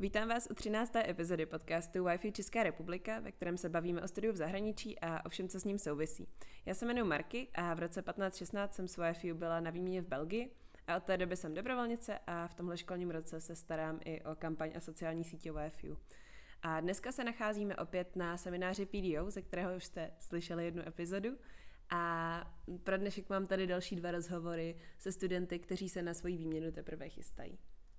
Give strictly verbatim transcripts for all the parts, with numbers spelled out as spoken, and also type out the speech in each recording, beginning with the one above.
Vítám vás u třinácté epizody podcastu Wi-Fi Česká republika, ve kterém se bavíme o studiu v zahraničí a o všem, co s ním souvisí. Já se jmenuji Marky a v roce patnáct šestnáct jsem s Wi-Fi byla na výměně v Belgii a od té doby jsem dobrovolnice a v tomhle školním roce se starám i o kampaň a sociální sítě Wi-Fi. A dneska se nacházíme opět na semináři P D O, ze kterého už jste slyšeli jednu epizodu. A pro dnešek mám tady další dva rozhovory se studenty, kteří se na svoji výměnu teprve chystají.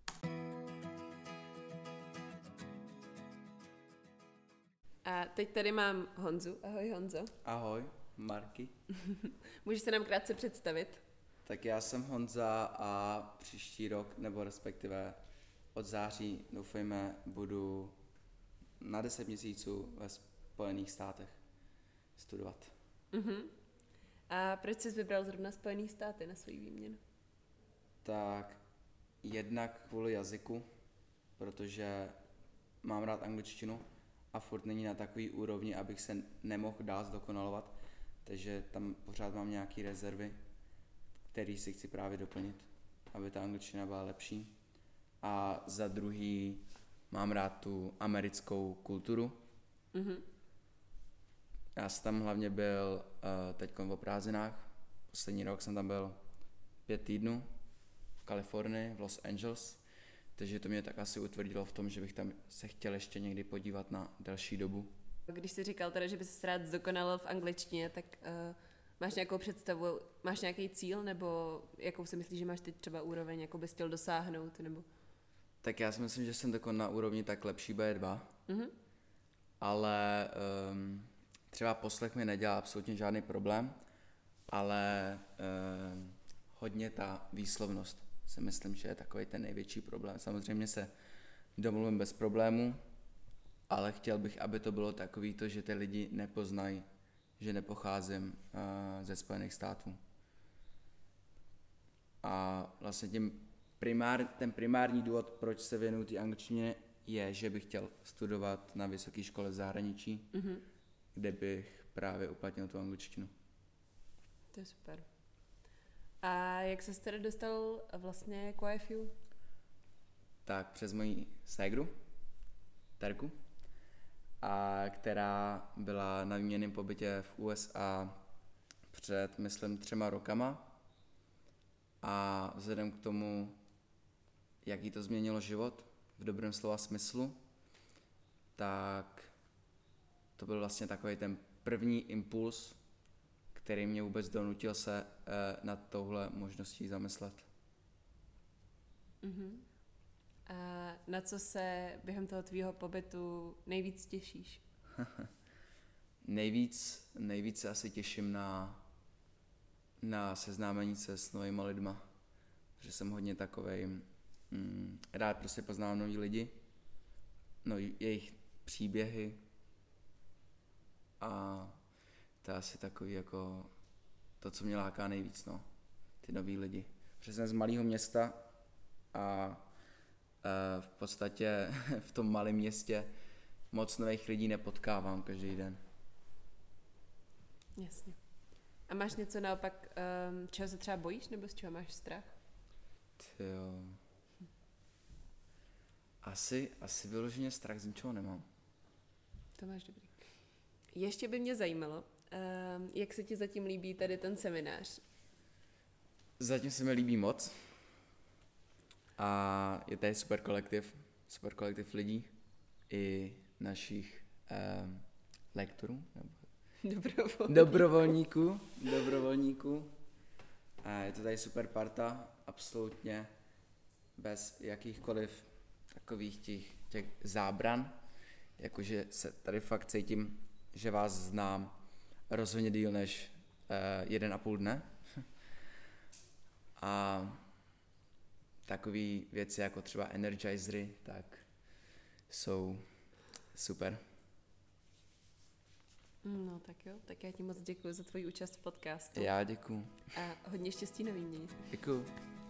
A teď tady mám Honzu. Ahoj Honzo. Ahoj, Marky. Můžeš se nám krátce představit? Tak já jsem Honza a příští rok, nebo respektive od září, doufejme, budu na deset měsíců ve Spojených státech studovat. Uh-huh. A proč jsi vybral zrovna Spojený státy na svou výměnu? Tak jednak kvůli jazyku, protože mám rád angličtinu a furt není na takový úrovni, abych se nemohl dál zdokonalovat, takže tam pořád mám nějaké rezervy, které si chci právě doplnit, aby ta angličtina byla lepší. A za druhý mám rád tu americkou kulturu. Mm-hmm. Já jsem tam hlavně byl uh, teď o prázdninách. Poslední rok jsem tam byl pět týdnů v Kalifornii, v Los Angeles, takže to mě tak asi utvrdilo v tom, že bych tam se chtěl ještě někdy podívat na delší dobu. Když jsi říkal teda, že bys se rád zdokonalil v angličtině, tak uh, máš nějakou představu, máš nějaký cíl, nebo jakou si myslíš, že máš teď třeba úroveň, jakou bys chtěl dosáhnout, nebo? Tak já si myslím, že jsem takové na úrovni tak lepší bé dva, mm-hmm. ale um, třeba poslech mi nedělá absolutně žádný problém, ale um, hodně ta výslovnost si myslím, že je takový ten největší problém. Samozřejmě se domluvím bez problémů, ale chtěl bych, aby to bylo takový to, že ty lidi nepoznají, že nepocházím uh, ze Spojených států. A vlastně tím primár, ten primární důvod, proč se věnuju té angličtině, je, že bych chtěl studovat na vysoké škole v zahraničí, mm-hmm. kde bych právě uplatnil tu angličtinu. To je super. A jak ses tedy dostal vlastně k Wi-Fi? Tak přes moji ségru, Terku, a která byla na výměnném pobytě v U S A před, myslím, třema rokama. A vzhledem k tomu, jak jí to změnilo život, v dobrém slova smyslu, tak to byl vlastně takový ten první impuls, který mě vůbec donutil se eh, nad touhle možností zamyslet. Uh-huh. A na co se během toho tvýho pobytu nejvíc těšíš? nejvíc, nejvíc se asi těším na, na seznámení se s novýma lidma, protože jsem hodně takovej, mm, rád prostě poznávám nový lidi, no, jejich příběhy a to je asi takový jako to, co mě láká nejvíc, no, ty nový lidi. Protože jsem z malého města a e, v podstatě v tom malém městě moc nových lidí nepotkávám každý den. Jasně. A máš něco naopak, um, čeho se třeba bojíš, nebo z čeho máš strach? Tyjo. Asi, asi vyloženě strach z ničeho nemám. To máš dobrý. Ještě by mě zajímalo, um, jak se ti zatím líbí tady ten seminář? Zatím se mi líbí moc. A je tady super kolektiv, super kolektiv lidí i našich um, lektorů, nebo dobrovolníků. dobrovolníků, dobrovolníků. A je to tady super parta, absolutně bez jakýchkoliv takových těch, těch zábran, jakože se tady fakt cítím, že vás znám rozhodně díl než uh, jeden a půl dne. A takový věci jako třeba energizery, tak jsou super. No tak jo, tak já ti moc děkuji za tvoji účast v podcastu. Já děkuju. A hodně štěstí na výměně. Děkuju.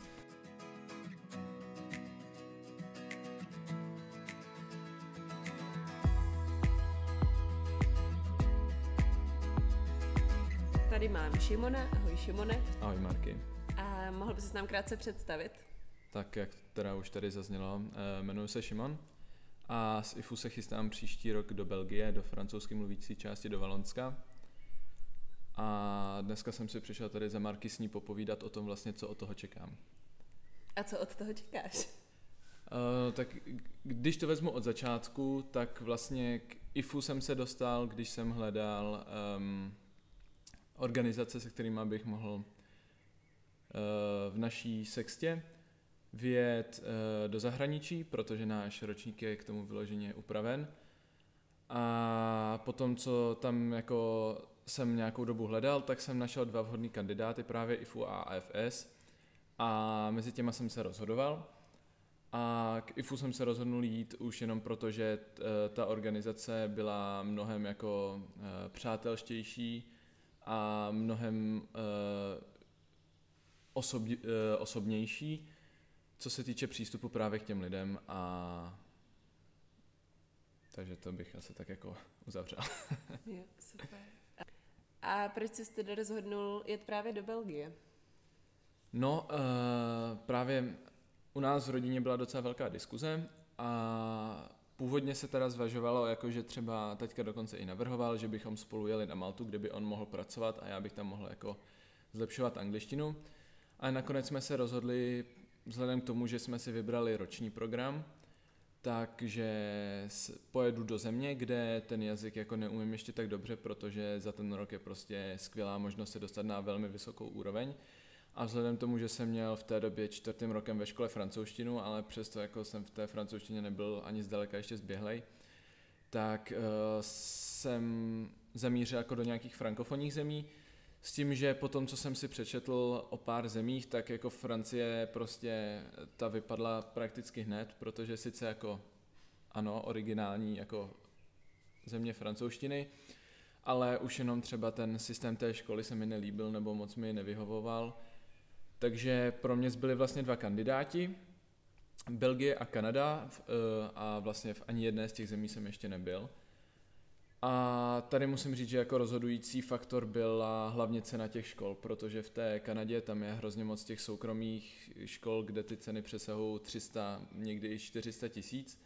Tady mám Šimona. Ahoj Šimone. Ahoj Marky. A mohl bys se nám krátce představit? Tak jak teda už tady zaznělo, jmenuji se Šimon A z I F U se chystám příští rok do Belgie, do francouzsky mluvící části, do Valonska. A dneska jsem si přišel tady za Marky s ní popovídat o tom vlastně, co od toho čekám. A co od toho čekáš? Uh, tak když to vezmu od začátku, tak vlastně k I F U jsem se dostal, když jsem hledal um, organizace, se kterými bych mohl uh, v naší sextě vyjet uh, do zahraničí, protože náš ročník je k tomu vyloženě upraven. A potom, co tam jako jsem nějakou dobu hledal, tak jsem našel dva vhodný kandidáty, právě I F U a A F S. A mezi těma jsem se rozhodoval. A k I F U jsem se rozhodnul jít už jenom proto, že t, ta organizace byla mnohem jako uh, přátelštější a mnohem uh, osob, uh, osobnější, co se týče přístupu právě k těm lidem. A takže to bych asi tak jako uzavřel. Jo, super. A proč jsi se teda rozhodnul jet právě do Belgie? No, uh, právě u nás v rodině byla docela velká diskuze a původně se teda zvažovalo, jako že třeba teďka dokonce i navrhoval, že bychom spolu jeli na Maltu, kde by on mohl pracovat a já bych tam mohl jako zlepšovat angličtinu. A nakonec jsme se rozhodli, vzhledem k tomu, že jsme si vybrali roční program, takže pojedu do země, kde ten jazyk jako neumím ještě tak dobře, protože za ten rok je prostě skvělá možnost se dostat na velmi vysokou úroveň. A vzhledem k tomu, že jsem měl v té době čtvrtým rokem ve škole francouzštinu, ale přesto jako jsem v té francouzštině nebyl ani zdaleka ještě zběhlej, tak uh, jsem zamířil jako do nějakých frankofonních zemí, s tím, že po tom, co jsem si přečetl o pár zemích, tak jako Francie prostě ta vypadla prakticky hned, protože sice jako ano, originální jako země francouzštiny, ale už jenom třeba ten systém té školy se mi nelíbil nebo moc mi nevyhovoval. Takže pro mě zbyly vlastně dva kandidáti, Belgie a Kanada, a vlastně v ani jedné z těch zemí jsem ještě nebyl. A tady musím říct, že jako rozhodující faktor byla hlavně cena těch škol, protože v té Kanadě tam je hrozně moc těch soukromých škol, kde ty ceny přesahují tři sta, někdy i čtyři sta tisíc.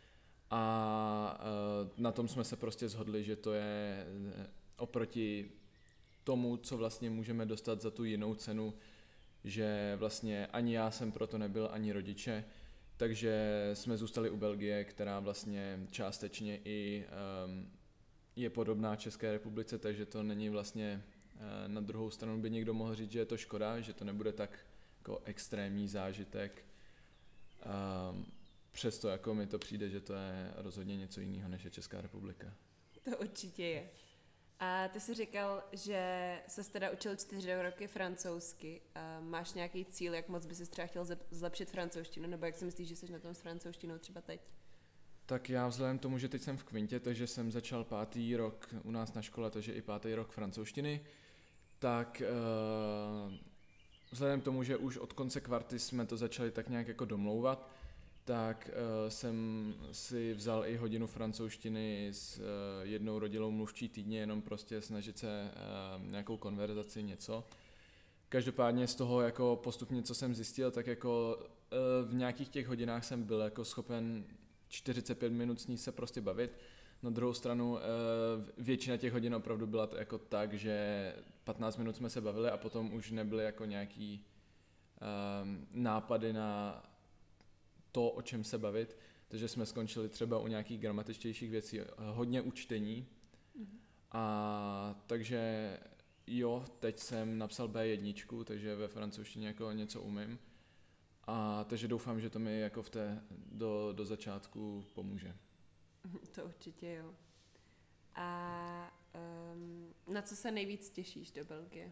A na tom jsme se prostě shodli, že to je oproti tomu, co vlastně můžeme dostat za tu jinou cenu, že vlastně ani já jsem proto nebyl, ani rodiče, takže jsme zůstali u Belgie, která vlastně částečně i um, je podobná České republice, takže to není vlastně, uh, na druhou stranu by někdo mohl říct, že je to škoda, že to nebude tak jako extrémní zážitek. Um, přesto jako mi to přijde, že to je rozhodně něco jiného, než je Česká republika. To určitě je. A ty jsi říkal, že ses teda učil čtyři roky francouzsky. A máš nějaký cíl, jak moc bys třeba chtěl zlepšit francouzštinu, nebo jak si myslíš, že jsi na tom s francouzštinou třeba teď? Tak já vzhledem k tomu, že teď jsem v kvintě, takže jsem začal pátý rok u nás na škole, takže i pátý rok francouzštiny, tak uh, vzhledem k tomu, že už od konce kvarty jsme to začali tak nějak jako domlouvat, tak uh, jsem si vzal i hodinu francouzštiny s uh, jednou rodilou mluvčí týdně, jenom prostě snažit se uh, nějakou konverzaci, něco. Každopádně z toho jako postupně, co jsem zjistil, tak jako uh, v nějakých těch hodinách jsem byl jako schopen čtyřicet pět minut s ní se prostě bavit. Na druhou stranu uh, většina těch hodin opravdu byla to jako tak, že patnáct minut jsme se bavili a potom už nebyly jako nějaký um, nápady na to, o čem se bavit, takže jsme skončili třeba u nějakých gramatičtějších věcí, hodně u čtení. Mm-hmm. A takže jo, teď jsem napsal bé jedna, takže ve francouzštině jako něco umím. A takže doufám, že to mi jako v té, do, do začátku pomůže. To určitě jo. A um, na co se nejvíc těšíš do Belgie?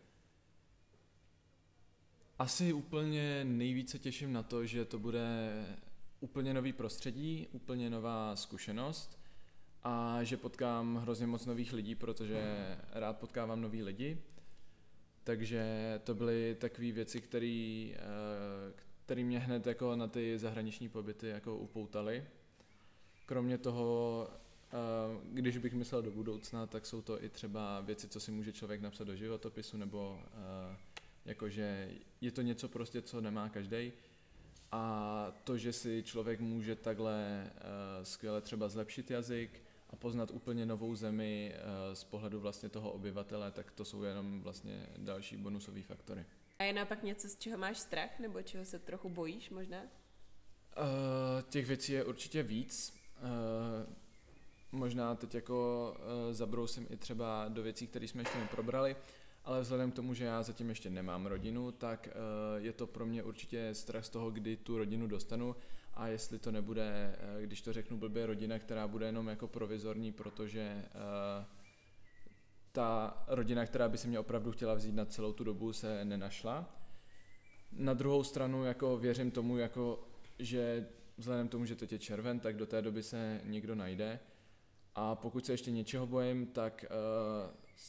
Asi úplně nejvíce těším na to, že to bude úplně nový prostředí, úplně nová zkušenost a že potkám hrozně moc nových lidí, protože rád potkávám nový lidi. Takže to byly takové věci, které mě hned jako na ty zahraniční pobyty jako upoutaly. Kromě toho, když bych myslel do budoucna, tak jsou to i třeba věci, co si může člověk napsat do životopisu, nebo jakože je to něco prostě, co nemá každej. A to, že si člověk může takhle uh, skvěle třeba zlepšit jazyk a poznat úplně novou zemi uh, z pohledu vlastně toho obyvatele, tak to jsou jenom vlastně další bonusové faktory. A je naopak něco, z čeho máš strach, nebo čeho se trochu bojíš možná? Uh, těch věcí je určitě víc. Uh, možná teď jako uh, zabrousím i třeba do věcí, které jsme ještě neprobrali, ale vzhledem k tomu, že já zatím ještě nemám rodinu, tak uh, je to pro mě určitě strach z toho, kdy tu rodinu dostanu a jestli to nebude, uh, když to řeknu blbě, rodina, která bude jenom jako provizorní, protože uh, ta rodina, která by se mě opravdu chtěla vzít na celou tu dobu, se nenašla. Na druhou stranu jako věřím tomu, jako, že vzhledem k tomu, že to je červen, tak do té doby se někdo najde. A pokud se ještě něčeho bojím, tak uh,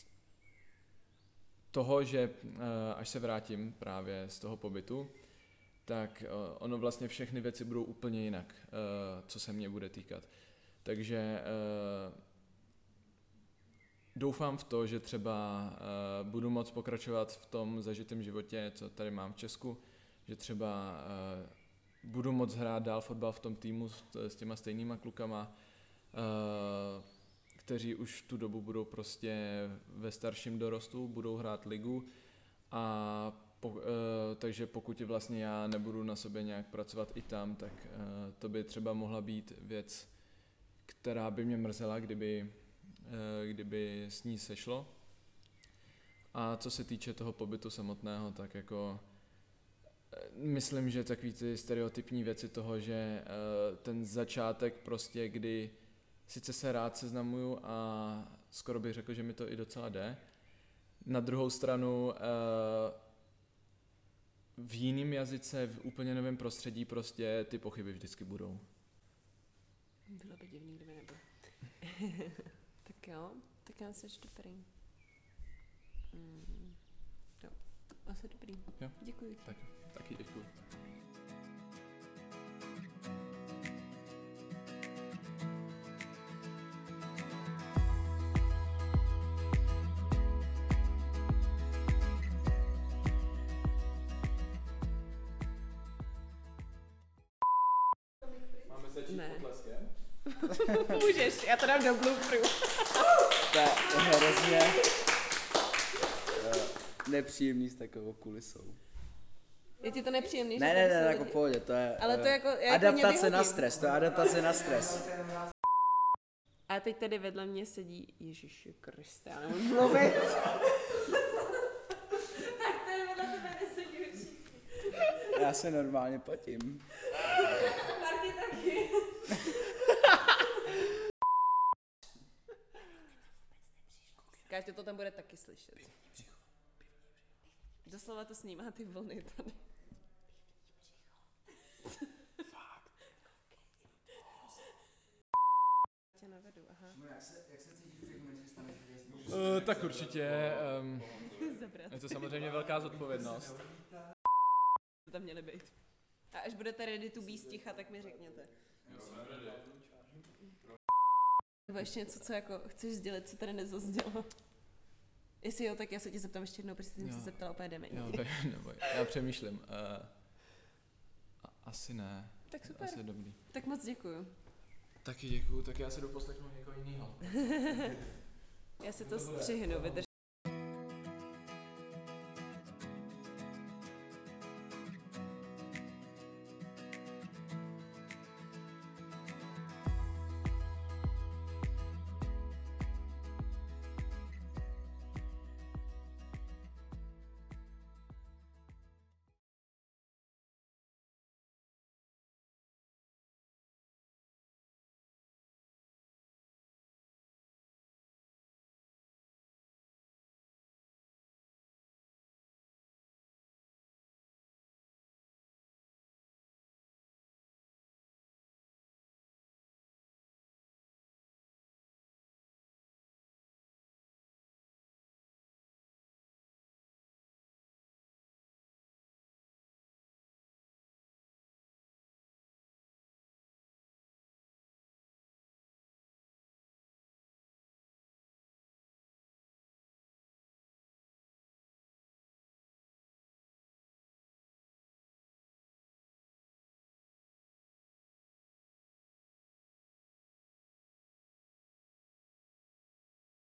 toho, že uh, až se vrátím právě z toho pobytu, tak uh, ono vlastně všechny věci budou úplně jinak, uh, co se mě bude týkat. Takže uh, doufám v to, že třeba uh, budu moct pokračovat v tom zažitém životě, co tady mám v Česku, že třeba uh, budu moct hrát dál fotbal v tom týmu s, s těma stejnýma klukama, uh, kteří už tu dobu budou prostě ve starším dorostu, budou hrát ligu a po, uh, takže pokud vlastně já nebudu na sobě nějak pracovat i tam, tak uh, to by třeba mohla být věc, která by mě mrzela, kdyby kdyby s ní sešlo. A co se týče toho pobytu samotného, tak jako myslím, že takový ty stereotypní věci toho, že ten začátek prostě, kdy sice se rád seznamuju a skoro bych řekl, že mi to i docela jde. Na druhou stranu v jiném jazyce, v úplně novém prostředí prostě ty pochyby vždycky budou. Bylo by divný, kdyby nebylo. Tak jo, tak já se dobrý. Mm, jo, asi dobrý. Jo. Děkuji ti. Tak, taky děkuji. Máme začít potleskem? Můžeš, já to dám do blooperu. To je hrozně uh, nepříjemný s takovou kulisou. Je ti to nepříjemný? Ne, ne, ne, jako v pohodě, to je ale to jako, já adaptace jako na stres, to je adaptace na stres. A teď tady vedle mě sedí Ježiši Kriste, já nemůžu mluvit. Tak tady vedle tebe nesedí určitě. Já se normálně potím. Marky taky. Káťo, to tam bude taky slyšet. Doslova to snímá ty vlny tady. Fakt. Tě navedu, aha. Jak se, jak se cítíš v těch že staneš hvězdou? Uh, tak určitě. Um, Zabrat. je to samozřejmě velká zodpovědnost. To tam měly být. A až budete ready to be sticha, tak mi řekněte. Nebo ještě něco, co jako chceš sdělit, co tady nezazdělo. Jestli jo, tak já se tě zeptám ještě jednou, protože jsem se zeptala úplně dementně. Jo, nebo já přemýšlím. Uh, asi ne. Tak super. Asi dobrý. Tak moc děkuju. Taky děkuju, tak já se jdu poslechnout někoho jiného. Já si to střihnu, vydrž.